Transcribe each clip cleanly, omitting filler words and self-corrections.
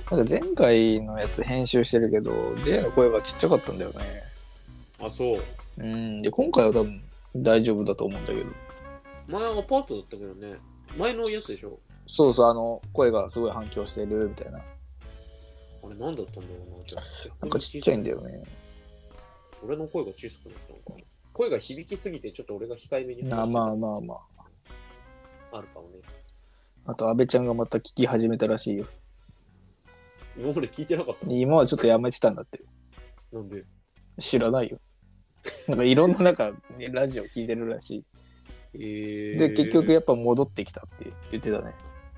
なんか前回のやつ編集してるけど J の声がちっちゃかったんだよね。 あ、そう。 で今回は多分大丈夫だと思うんだけど。 前はアパートだったけどね。前のやつでしょ。 そうそう、声がすごい反響してるみたいな。 あれ何だったんだろうな。じゃあなんかちっちゃいんだよね。 俺の声が小さくなったのかな。声が響きすぎてちょっと俺が控えめに話してた。 まあ。 あるかもね。 あと安倍ちゃんがまた聞き始めたらしいよ。 今まで聞いてなかった。 今はちょっとやめてたんだって。 なんで？ 知らないよ。なんかいろんなラジオ聞いてるらしい。で結局やっぱ戻ってきたって言ってたね。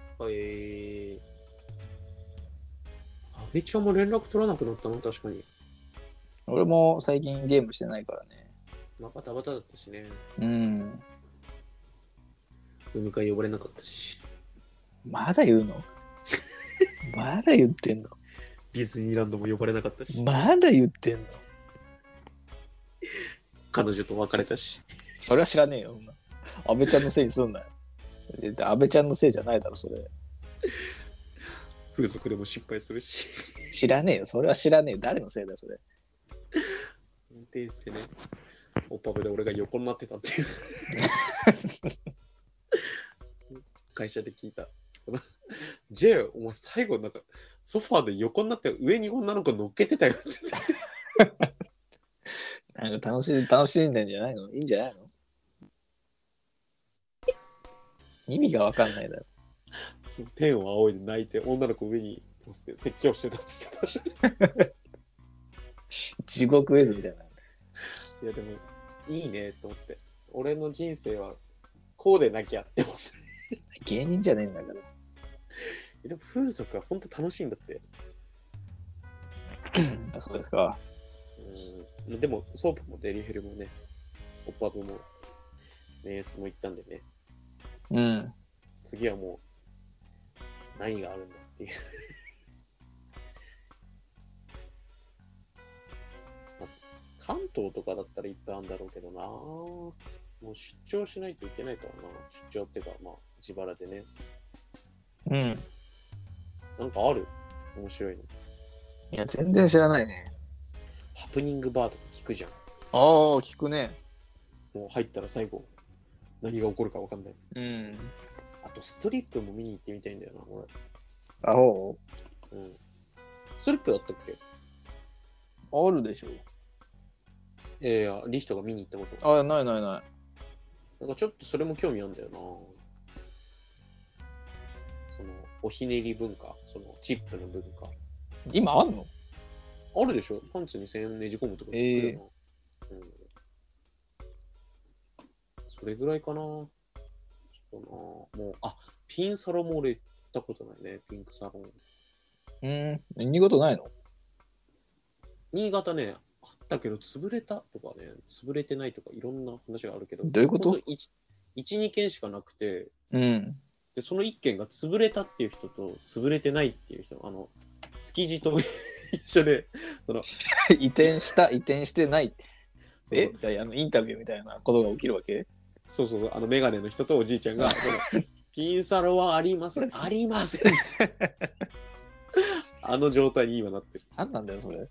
安倍ちゃんも連絡取らなくなったの？確かに。 俺も最近ゲームしてないからね。 バタバタだったしね。 飲み会呼ばれなかったし。 まだ言うの？まだ言ってんの？ ディズニーランドも呼ばれなかったし。 まだ言ってんの？ 彼女と別れたし。 それは知らねえよ。安倍ちゃんのせいにすんなよ。安倍ちゃんのせいじゃないだろそれ。 風俗でも失敗するし。 知らねえよ。それは知らねえよ。誰のせいだよそれ。 でしてね、オパブで俺が横になってたっていう会社で聞いた。J、お前最後なんかソファーで横になって上に女の子乗っけてたよって言って。 なんか楽しんでんじゃないの？いいんじゃないの？意味がわかんないだろ。 天を仰いで泣いて女の子上に乗せて説教してたって言ってた。 地獄絵図みたいな。 いやでもいいねと思って。俺の人生はこうでなきゃって思って。 芸人じゃねえんだから。 でも風俗は本当楽しいんだって。 そうですか。 でもソープもデリヘルもね、オパブもメースも行ったんでね。次はもう何があるんだっていう。関東とかだったらいっぱいあるんだろうけどな。もう出張しないといけないからな。出張っていうか、まあ自腹でね。なんかある？面白いの。 いや全然知らないね。 ハプニングバーとか聞くじゃん。 ああ聞くね。 もう入ったら最後何が起こるか分かんない。あとストリップも見に行ってみたいんだよな、俺。ストリップだったっけ？ あるでしょ。 リヒトが見に行ったことが。 ない。 なんかちょっとそれも興味あるんだよな。そのおひねり文化、そのチップの文化。 今あんの？ あるでしょ。パンツに1000円ねじ込むとか聞くよな。それぐらいかな。ちょっとな。もう、ピンサロも俺行ったことないね。ピンクサロン。 新潟ないの？ 新潟ね、あったけど潰れたとかね、潰れてないとかいろんな話があるけど、 どういうこと？ 1、2件しかなくて、 でその1件が潰れたっていう人と潰れてないっていう人、築地と一緒で、その移転してない。じゃあインタビューみたいなことが起きるわけ？ そう、メガネの人とおじいちゃんが、ピンサロはありません。ありません。あの状態に今なってる。 何なんだよ、それ。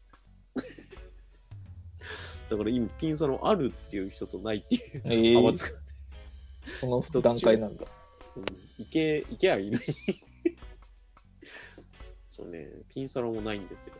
だから今、ピンサロあるっていう人とないっていう。 その段階なんだ。 行けばいいのに。そうね、ピンサロもないんですよ。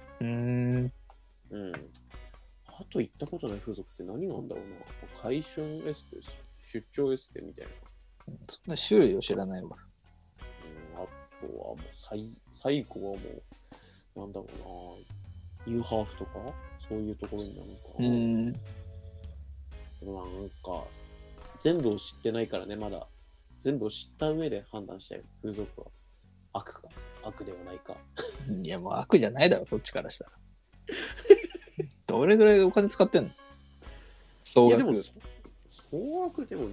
あと行ったことない風俗って何なんだろうな。回春エステ、出張エステみたいな。 そんな種類を知らないわ。 あとはもう最後はもう、なんだろうな。ニューハーフとかそういうところになるのかな。でもなんか、全部を知ってないからね、まだ。全部を知った上で判断したよ。風俗は悪か、悪ではないか。 いや、もう悪じゃないだろ、そっちからしたら。どれぐらいお金使ってんの？総額。いやでも総額でも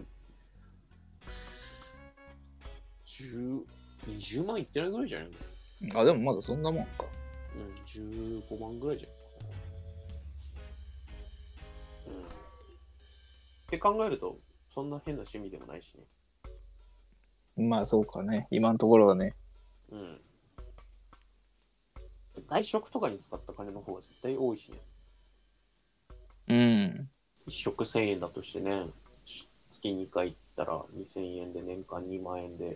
20万いってないぐらいじゃないの？ でもまだそんなもんか。 15万ぐらいじゃないかな。って考えるとそんな変な趣味でもないしね。 まあそうかね、今のところはね。 外食とかに使った金の方が絶対多いしね。 うん。 一食1000円だとしてね、月2回行ったら2000円で年間2万円で、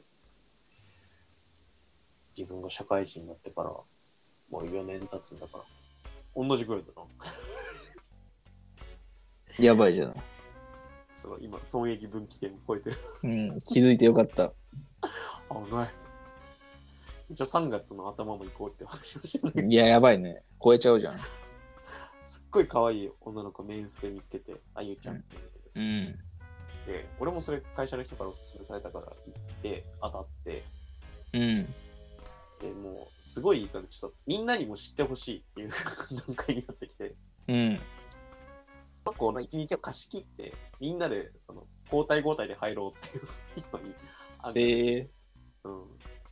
自分が社会人になってからもう4年経つんだから、同じぐらいだな。 やばいじゃない。 今、損益分岐点を超えてる。 うん、気づいてよかった。 危ない。一応3月の頭も行こうって話をしてね。 いや、やばいね。超えちゃうじゃん。 すっごい可愛い女の子メンスで見つけて、あゆちゃんって言うんだけど、 うん。 で、俺もそれ会社の人からおすすめされたから行って当たって、 うん。 でもうすごいいいからちょっとみんなにも知ってほしいっていう段階になってきて、 うん。 この一日を貸し切ってみんなでその交代交代で入ろうっていう今にある。うん。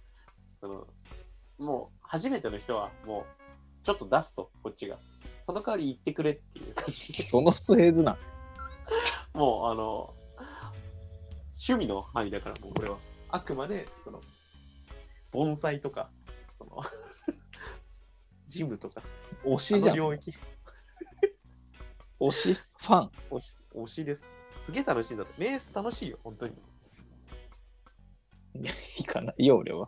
もう初めての人はもうちょっと出すとこっちがその代わり言ってくれっていう感じでそのフレーズな。 もう趣味の範囲だからもう俺はあくまでその盆栽とかそのジムとか推しじゃん。 領域推しファン。 推しです。すげえ楽しいんだって。メース楽しいよ本当に。 いや、いかないよ俺は。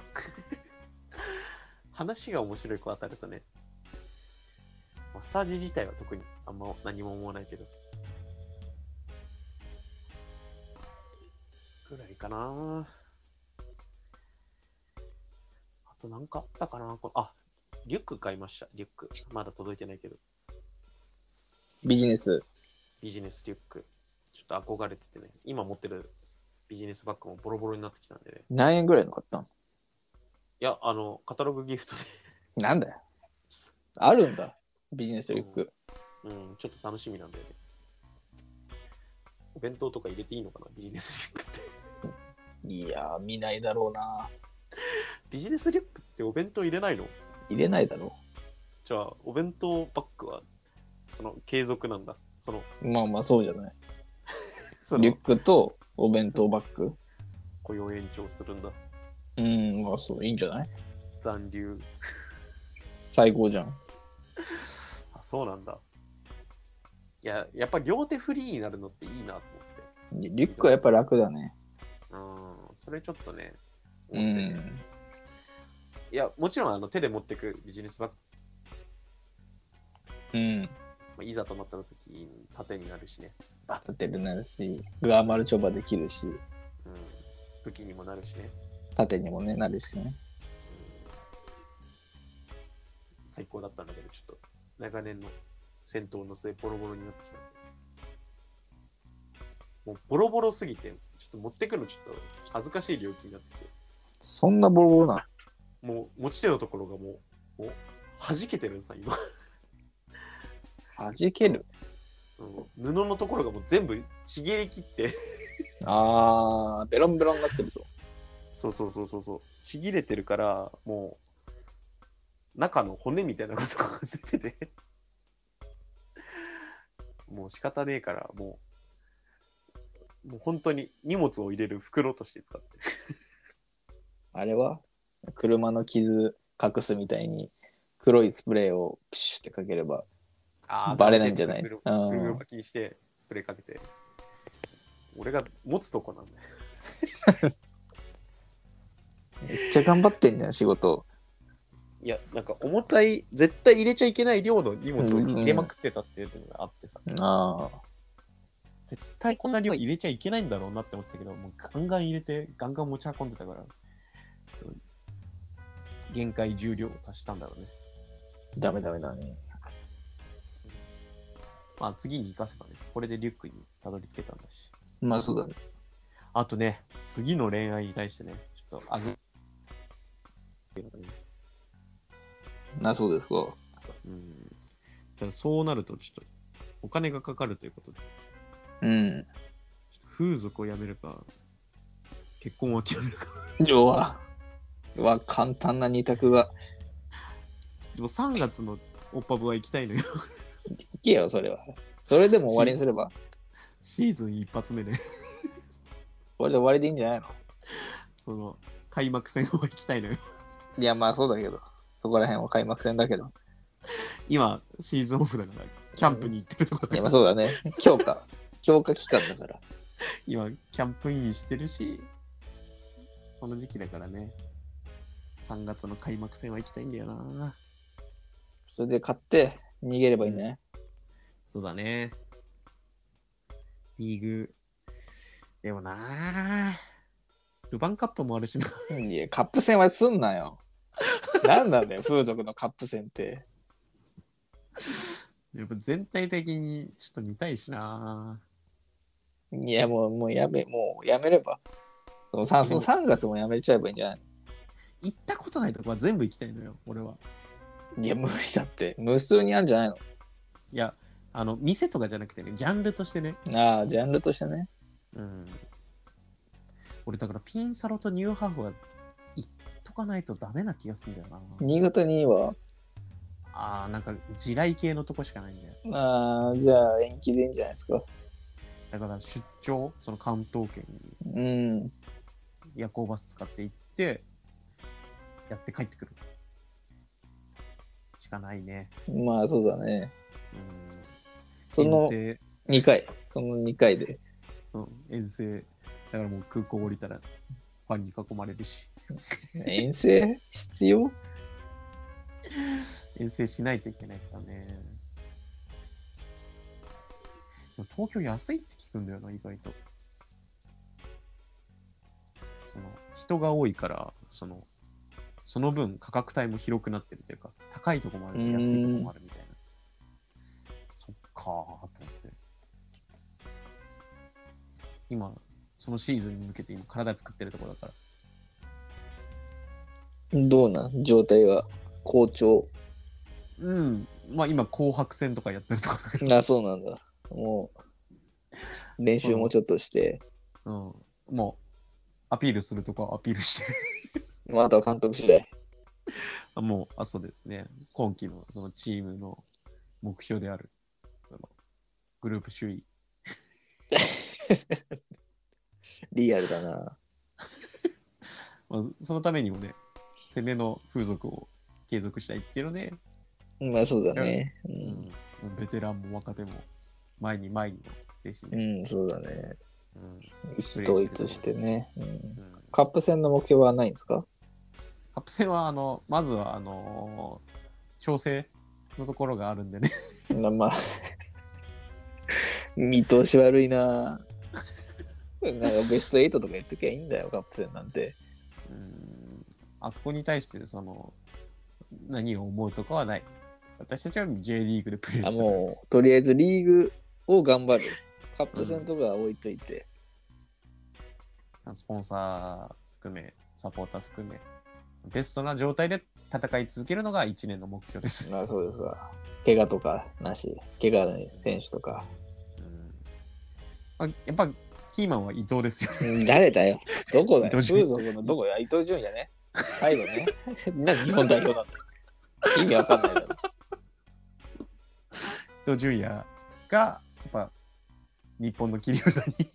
話が面白い子当たるとね、マッサージ自体は特にあんま何も思わないけど。ぐらいかな。あとなんかあったかな。リュック買いました。リュック。まだ届いてないけど。 ビジネスリュック。ちょっと憧れててね。今持ってるビジネスバッグもボロボロになってきたんでね。 何円ぐらいの買ったん？ いや、カタログギフトで。 なんだよ。あるんだ。ビジネスリュック。 うん、ちょっと楽しみなんだよね。お弁当とか入れていいのかな、ビジネスリュックって。 いやー、見ないだろうな。 ビジネスリュックってお弁当入れないの？ 入れないだろじゃあ、お弁当バッグは、継続なんだ。 う。まあまあ、そうじゃない。リュックとお弁当バッグ。 雇用延長するんだ。 まあそう、いいんじゃない？ 残留。 最高じゃん。 あ、そうなんだ。いや、やっぱり両手フリーになるのっていいなと思って。 リュックはやっぱ楽だね。 それちょっとね、 思ってね。 いや、もちろん手で持ってくビジネスバッグ。いざとなった時に縦になるしね。 縦になるし、グアマルチョバできるし、 武器にもなるしね。 縦にもね、なるしね。 最高だったんだけど、ちょっと長年の戦闘の末ボロボロになってきたんで。もうボロボロすぎて、ちょっと持ってくのちょっと恥ずかしい領域になってきて。そんなボロボロな？ もう持ち手のところがもう弾けてるんさ、今。 弾ける？ 布のところがもう全部ちぎり切ってベロンベロンになってると。 そうちぎれてるからもう中の骨みたいなことが出ててもう仕方ねえからもう本当に荷物を入れる袋として使ってる。 あれは車の傷隠すみたいに黒いスプレーをピシュってかければバレないんじゃない？ ぐるぐる巻きにしてスプレーかけて。俺が持つとこなんだよ。 めっちゃ頑張ってんじゃん、仕事。 いや、なんか重たい、絶対入れちゃいけない量の荷物を入れまくってたっていうのがあってさ。絶対こんな量入れちゃいけないんだろうなって思ってたけど、もうガンガン入れて、ガンガン持ち運んでたから、限界重量を足したんだろうね。 ダメだね。 まあ次に生かせばね、これでリュックにたどり着けたんだし。 まあそうだね。 あとね、次の恋愛に対してね、ちょっとそうですか。 じゃあそうなるとちょっとお金がかかるということで。ちょっと風俗をやめるか、結婚を諦めるか。 うわ、簡単な二択が。 でも3月のオッパブは行きたいのよ。 行けよ、それは。それでも終わりにすれば。 シーズン一発目で。 これで終わりでいいんじゃないの？ 開幕戦を行きたいのよ。 いや、まあそうだけど。 そこら辺は開幕戦だけど。 今、シーズンオフだから、キャンプに行ってるところだいや、 から、 まあそうだね。強化期間だから。 今、キャンプインしてるし、その時期だからね、3月の開幕戦は行きたいんだよな。 それで買って逃げればいいんじゃない？ そうだね。リーグ、でもなルヴァンカップもあるしな。 いや、カップ戦はすんなよ。なんなんだよ、風俗のカップ戦って。 やっぱ全体的にちょっと見たいしな。 いや、もうやめれば。その3月もやめちゃえばいいんじゃない？ 行ったことないとこは全部行きたいのよ、俺は。 いや、無理だって。無数にあるんじゃないの？ いや、店とかじゃなくてね、ジャンルとしてね。 ああ、ジャンルとしてね。 うん。俺だからピンサロとニューハーフは行っとかないとダメな気がするんだよな。 新潟にはなんか地雷系のとこしかないんだよ。 ああ、じゃあ延期でいいんじゃないですか。 だから出張、その関東圏にうん。 夜行バス使って行って、やって帰ってくる。しかないね。 まあそうだね。 うん。 その遠征、 2回。その2回で。 遠征。だからもう空港降りたらファンに囲まれるし。 遠征必要？ 遠征しないといけないからね。でも東京安いって聞くんだよな、意外と。その人が多いから、その分価格帯も広くなってるというか、高いとこもあるし、安いとこもあるみたいな。そっかーと思って。今、そのシーズンに向けて今体作ってるところだから。 どうなん状態は好調？ うん。まあ今、紅白戦とかやってるところだから。 あ、そうなんだ。もう練習もちょっとして、 うん。もう、アピールするとこはアピールしてまあ、あとは監督次第。 もう、そうですね。今季のそのチームの目標である、グループ首位。 リアルだな。 まあ、そのためにもね、攻めの風俗を継続したいっていうので、 まあそうだね。 ベテランも若手も前にの精神で、 うん、そうだね。 うん、 統一してね、カップ戦の目標はないんですか？ カップ戦はまずは調整のところがあるんでね。 まあ見通し悪いな。なんかベスト8とか言っときゃいいんだよ、カップ戦なんて。 あそこに対して何を思うとかはない。私たちは J リーグでプレーしてる。 もうとりあえずリーグを頑張る。カップ戦とかは置いといて、 スポンサー含めサポーター含めベストな状態で戦い続けるのが1年の目標です。 あ、そうですか。怪我とかなし、怪我ない選手とか。 やっぱキーマンは伊藤ですよ。 誰だよ。どこだよ。 伊藤純也風俗のどこだよ。伊藤純也ね。最後ね。なんで日本代表なんだよ。意味わかんないだろ。 伊藤純也がやっぱ日本の切り札に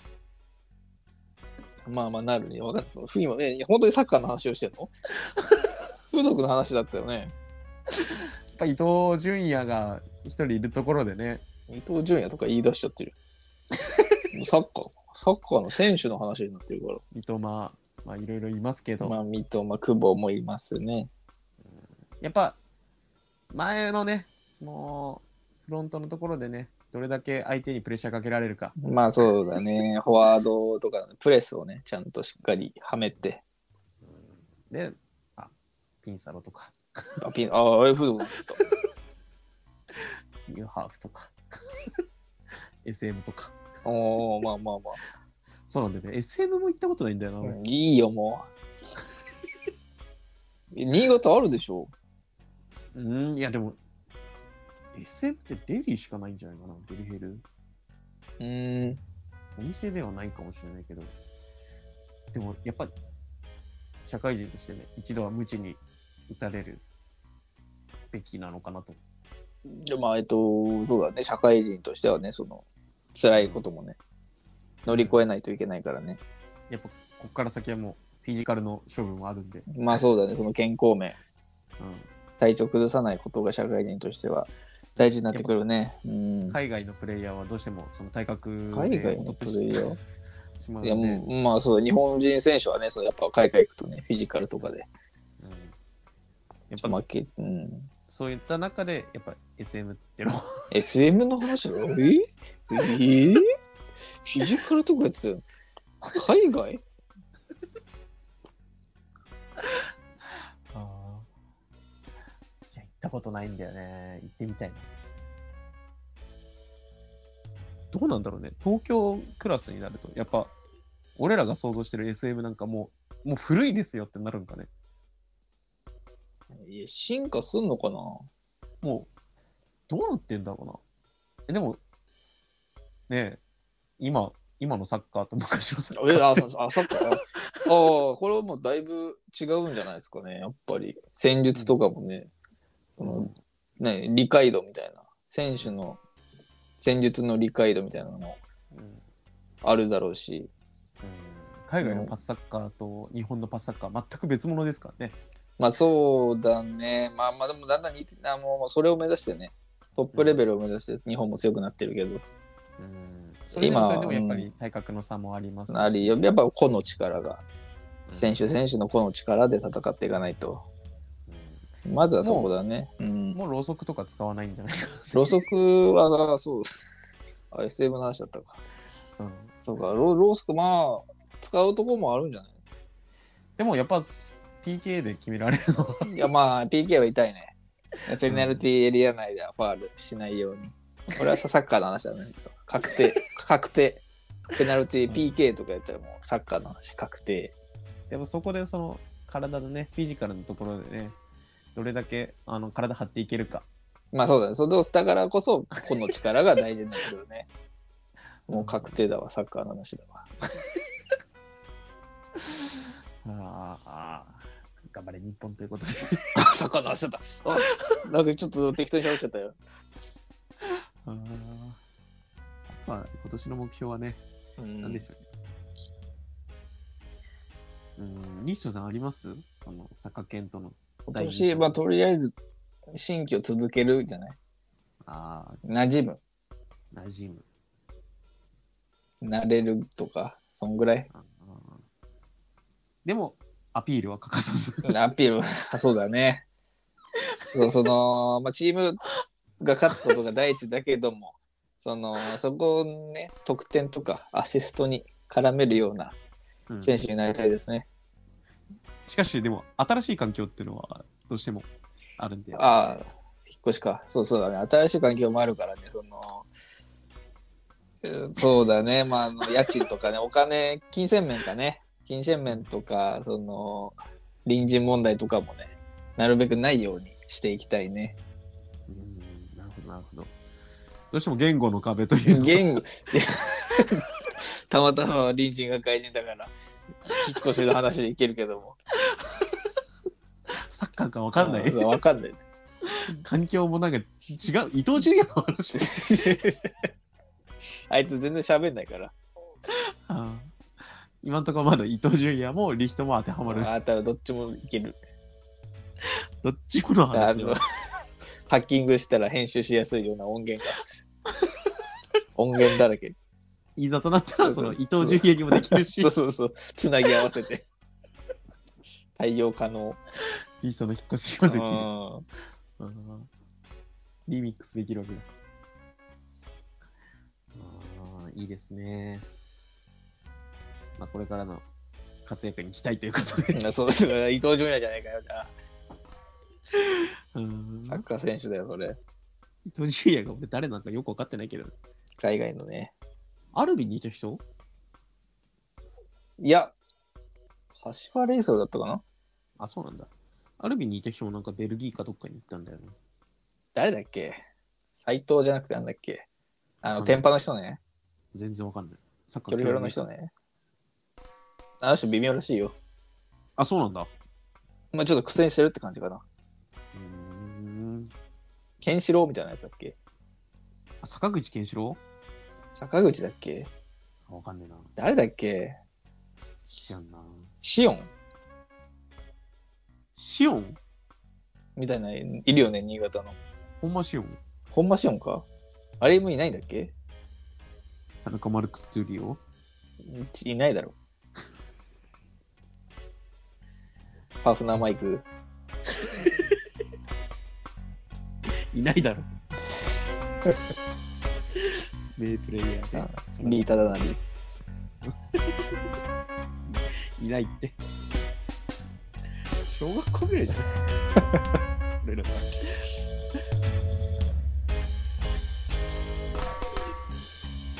まあまあなるね。分かった。今ね、本当にサッカーの話をしてんの？風俗の話だったよね。 やっぱ伊藤純也が一人いるところでね。 伊藤純也とか言い出しちゃってる。サッカーの選手の話になってるから。 三笘、まあいろいろいますけど。 まあ三笘、久保もいますね。 やっぱ前のね、そのフロントのところでね、どれだけ相手にプレッシャーかけられるか。 まあそうだね。フォワードとかプレスをね、ちゃんとしっかりはめて。 で、ピンサロとか。 風俗だった。 ニューハーフとか。SM とか。 まあ。 そうなんだよね。SM も行ったことないんだよな。 いいよ、もう。新潟あるでしょ。 いやでも、SM ってデリーしかないんじゃないかな、デリヘル。お店ではないかもしれないけど、でもやっぱ社会人としてね、一度は無知に打たれるべきなのかなと。 でまあそうだね、社会人としてはね、その辛いこともね、乗り越えないといけないからね。 やっぱこっから先はもうフィジカルの処分もあるんで。 まあそうだね、その健康面。 体調崩さないことが社会人としては大事になってくるね。 海外のプレイヤーはどうしてもその体格海外のプレイヤーしまういやので、 まあそう、日本人選手はね、そうやっぱ海外行くとね、フィジカルとかでやっぱ負け、 そういった中でやっぱ SM っていうのは SM の話だよ。フィジカルとかやってたよ。海外いや行ったことないんだよね。行ってみたいな。どうなんだろうね。東京クラスになるとやっぱ俺らが想像してる SM なんかもう古いですよってなるんかね。 いや進化すんのかな。 もうどうなってんだろうな。でもねえ、今のサッカーと昔のサッカーサッカーこれはもうだいぶ違うんじゃないですかね。やっぱり戦術とかもね、理解度みたいな選手の戦術の理解度みたいなのもあるだろうし、 海外のパスサッカーと日本のパスサッカーは全く別物ですからね。 まあそうだね。まあでもだんだんもうそれを目指してね、トップレベルを目指して日本も強くなってるけど、 それでもやっぱり体格の差もありますし、 やっぱ個の力が、選手の個の力で戦っていかないと、まずはそこだね。 もうろうそくとか使わないんじゃないかな。 ろうそくはそうSM の話だったか。そうか、ろうそくまあ使うとこもあるんじゃない。 でもやっぱ PK で決められるのはいやまあ PK は痛いね。ペナルティーエリア内ではファールしないように。これはサッカーの話だね。確定。ペナルティー PK とかやったらもうサッカーの話確定。 でもそこでその体のね、フィジカルのところでね、どれだけ体張っていけるか。 まあそうだね。だからこそこの力が大事になってくるね。もう確定だわ、サッカーの話だわ。 頑張れ日本ということで。 サッカーの話だった。なんかちょっと適当に喋っちゃったよ。 今年の目標はね、何でしょうね。西野さんあります？サッカー研との。 今年、とりあえず新規を続けるじゃない。馴染む。慣れるとか、そんぐらい。 でも、アピールは欠かさず。 アピール、そうだね。チームが勝つことが第一だけども、そこをね、得点とかアシストに絡めるような選手になりたいですね。 しかし、でも、新しい環境っていうのはどうしてもあるんで。 引っ越しか。そうだね。新しい環境もあるからね、そうだね。家賃とかね、お金、金銭面とか、隣人問題とかもね、なるべくないようにしていきたいね。 なるほど。どうしても言語の壁という言語たまたま隣人が外人だから引っ越しの話でいけるけどもサッカーか分かんない。 分かんない。 環境もなんか違う。伊東純也の話あいつ全然喋んないから。 今んところまだ伊東純也もリヒトも当てはまる。 どっちもいける。 どっちもの話ハッキングしたら編集しやすいような音源だらけ。 いざとなったらその伊東純也にもできるし。 そう。つなぎ合わせて。対応可能。 リヒトの引っ越しもできる。リミックスできるわけだ。いいですね。これからの活躍に期待ということで。 そうですね。伊東純也じゃないかよ、じゃあ。サッカー選手だよ、それ。 伊東純也が俺誰なんかよく分かってないけど。 海外のね。 アルビにいた人？ いや、柏レイソルだったかな？ そうなんだ。アルビにいた人もなんかベルギーかどっかに行ったんだよね。 誰だっけ？斎藤じゃなくてなんだっけ？天パの人ね。 全然わかんない。 サッカーキョロの人ね。あの人微妙らしいよ。 そうなんだ。 ちょっと苦戦してるって感じかな。ケンシロウみたいなやつだっけ？ 坂口健志郎？ 坂口だっけ？ わかんねえな。 誰だっけ？ 知らんな。 シオン？ シオン？ みたいないるよね、新潟の。 ほんましよん。 本間シオンかあれもいないんだっけ？ 田中マルクストゥリオいないだろ。ハーフナーマイク。 いないだろ。名プレイヤーで。 リータだなり。 いないって。小学校ぐらいじゃん。俺らが。